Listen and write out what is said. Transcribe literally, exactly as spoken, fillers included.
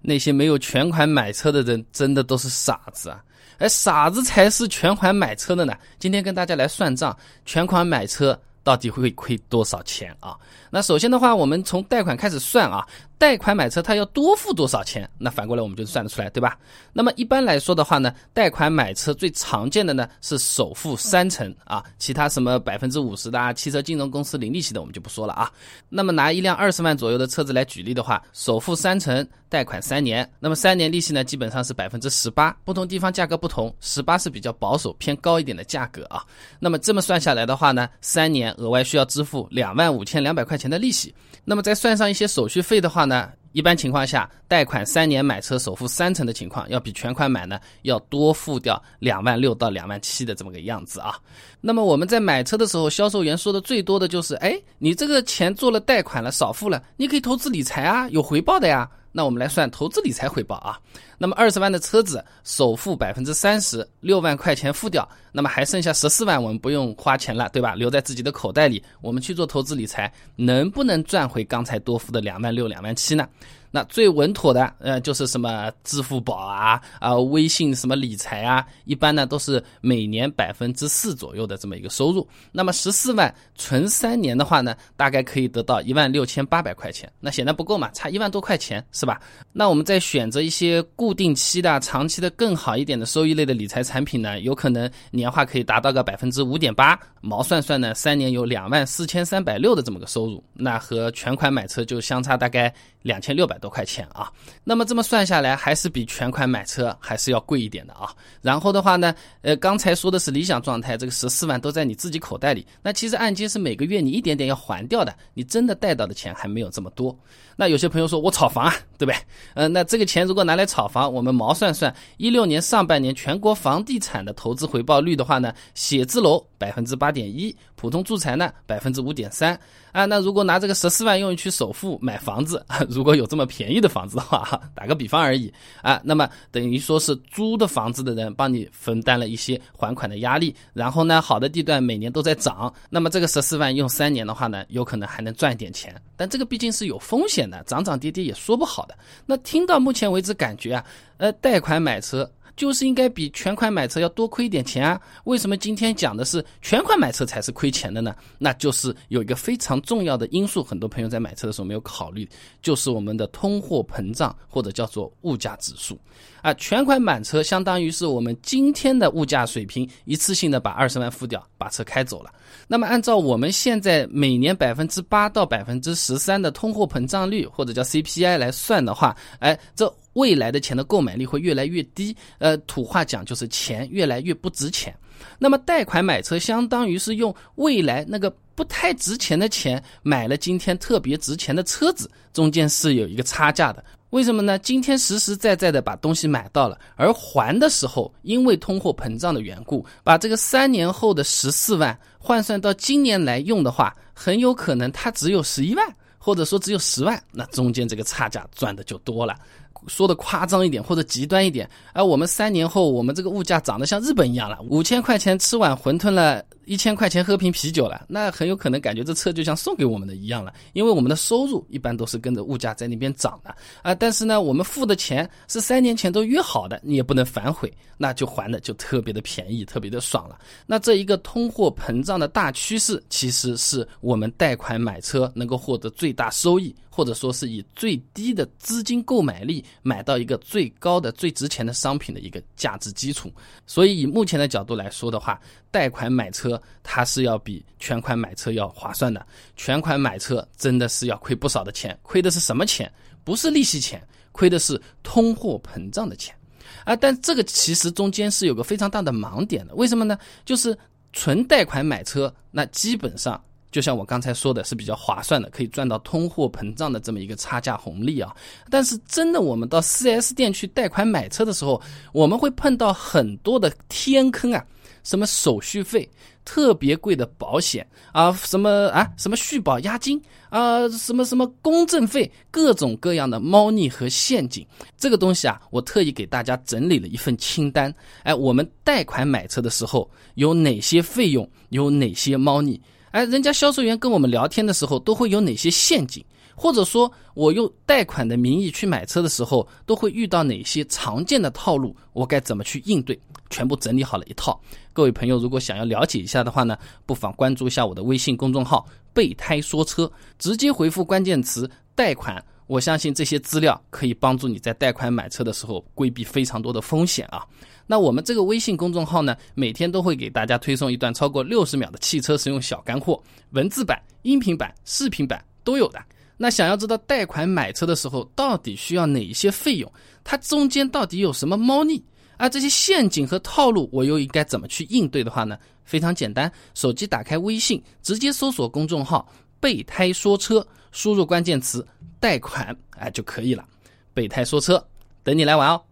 那些没有全款买车的人真的都是傻子啊！而傻子才是全款买车的呢。今天跟大家来算账，全款买车到底会亏多少钱啊？那首先的话，我们从贷款开始算啊，贷款买车它要多付多少钱？那反过来我们就算得出来，对吧？那么一般来说的话呢，贷款买车最常见的呢是首付三成啊，其他什么百分之五十的啊，汽车金融公司零利息的我们就不说了啊。那么拿一辆二十万左右的车子来举例的话，首付三成，贷款三年，那么三年利息呢基本上是百分之十八，不同地方价格不同，十八是比较保守偏高一点的价格啊。那么这么算下来的话呢，三年额外需要支付两万五千两百块钱的利息。那么再算上一些手续费的话呢，一般情况下，贷款三年买车首付三成的情况，要比全款买呢要多付掉两万六到两万七的这么个样子啊。那么我们在买车的时候，销售员说的最多的就是，哎，你这个钱做了贷款了，少付了，你可以投资理财啊，有回报的呀。那我们来算投资理财回报啊。那么二十万的车子，首付百分之三十，六万块钱付掉，那么还剩下十四万，我们不用花钱了，对吧？留在自己的口袋里，我们去做投资理财，能不能赚回刚才多付的两万六、两万七呢？那最稳妥的，呃，就是什么支付宝啊、啊微信什么理财啊，一般呢都是每年百分之四左右的这么一个收入。那么十四万存三年的话呢，大概可以得到一万六千八百块钱。那显然不够嘛，差一万多块钱，是吧？那我们再选择一些固定期的、长期的更好一点的收益类的理财产品呢，有可能年化可以达到个百分之五点八，毛算算呢，三年有两万四千三百六的这么个收入，那和全款买车就相差大概两千六百多块钱啊。那么这么算下来，还是比全款买车还是要贵一点的啊。然后的话呢，呃，刚才说的是理想状态，这个十四万都在你自己口袋里，那其实按揭是每个月你一点点要还掉的，你真的贷到的钱还没有这么多。那有些朋友说我炒房啊，对不对？呃，那这个钱如果拿来炒房，我们毛算算，一六年上半年全国房地产的投资回报率的话呢，写字楼百分之八点一，普通住宅呢百分之五点三啊。那如果拿这个十四万用于去首付买房子，如果有这么便宜的房子的话，打个比方而已啊，那么等于说是租的房子的人帮你分担了一些还款的压力，然后呢，好的地段每年都在涨，那么这个十四万用三年的话呢，有可能还能赚点钱，但这个毕竟是有风险的，涨涨跌跌也说不好的。那听到目前为止感觉啊，呃，贷款买车就是应该比全款买车要多亏一点钱啊。为什么今天讲的是全款买车才是亏钱的呢？那就是有一个非常重要的因素，很多朋友在买车的时候没有考虑，就是我们的通货膨胀，或者叫做物价指数啊。全款买车相当于是我们今天的物价水平，一次性的把二十万付掉，把车开走了。那么按照我们现在每年百分之八到百分之十三的通货膨胀率，或者叫 C P I 来算的话，哎，这未来的钱的购买力会越来越低，呃，土话讲就是钱越来越不值钱。那么贷款买车相当于是用未来那个不太值钱的钱买了今天特别值钱的车子，中间是有一个差价的。为什么呢？今天实实在在的把东西买到了，而还的时候因为通货膨胀的缘故，把这个三年后的十四万换算到今年来用的话，很有可能它只有十一万，或者说只有十万，那中间这个差价赚的就多了。说的夸张一点或者极端一点，而我们三年后我们这个物价涨得像日本一样了，五千块钱吃碗馄饨了，一千块钱喝瓶啤酒了，那很有可能感觉这车就像送给我们的一样了，因为我们的收入一般都是跟着物价在那边涨的啊。但是呢，我们付的钱是三年前都约好的，你也不能反悔，那就还的就特别的便宜，特别的爽了。那这一个通货膨胀的大趋势，其实是我们贷款买车能够获得最大收益，或者说是以最低的资金购买力买到一个最高的最值钱的商品的一个价值基础。所以以目前的角度来说的话，贷款买车它是要比全款买车要划算的。全款买车真的是要亏不少的钱，亏的是什么钱？不是利息钱，亏的是通货膨胀的钱啊。但这个其实中间是有个非常大的盲点的，为什么呢？就是纯贷款买车，那基本上就像我刚才说的是比较划算的，可以赚到通货膨胀的这么一个差价红利啊。但是真的我们到 四 S 店去贷款买车的时候，我们会碰到很多的天坑啊，什么手续费，特别贵的保险啊，什么啊什么续保押金啊，什么什么公证费，各种各样的猫腻和陷阱。这个东西啊，我特意给大家整理了一份清单。哎，我们贷款买车的时候有哪些费用，有哪些猫腻？哎，人家销售员跟我们聊天的时候都会有哪些陷阱？ 或者说我用贷款的名义去买车的时候都会遇到哪些常见的套路，我该怎么去应对，全部整理好了一套。各位朋友如果想要了解一下的话呢，不妨关注一下我的微信公众号备胎说车，直接回复关键词贷款，我相信这些资料可以帮助你在贷款买车的时候规避非常多的风险啊。那我们这个微信公众号呢，每天都会给大家推送一段超过六十秒的汽车实用小干货，文字版、音频版、视频版都有的。那想要知道贷款买车的时候到底需要哪一些费用，它中间到底有什么猫腻，而这些陷阱和套路我又应该怎么去应对的话呢，非常简单，手机打开微信，直接搜索公众号备胎说车，输入关键词贷款、哎、就可以了。备胎说车，等你来玩哦。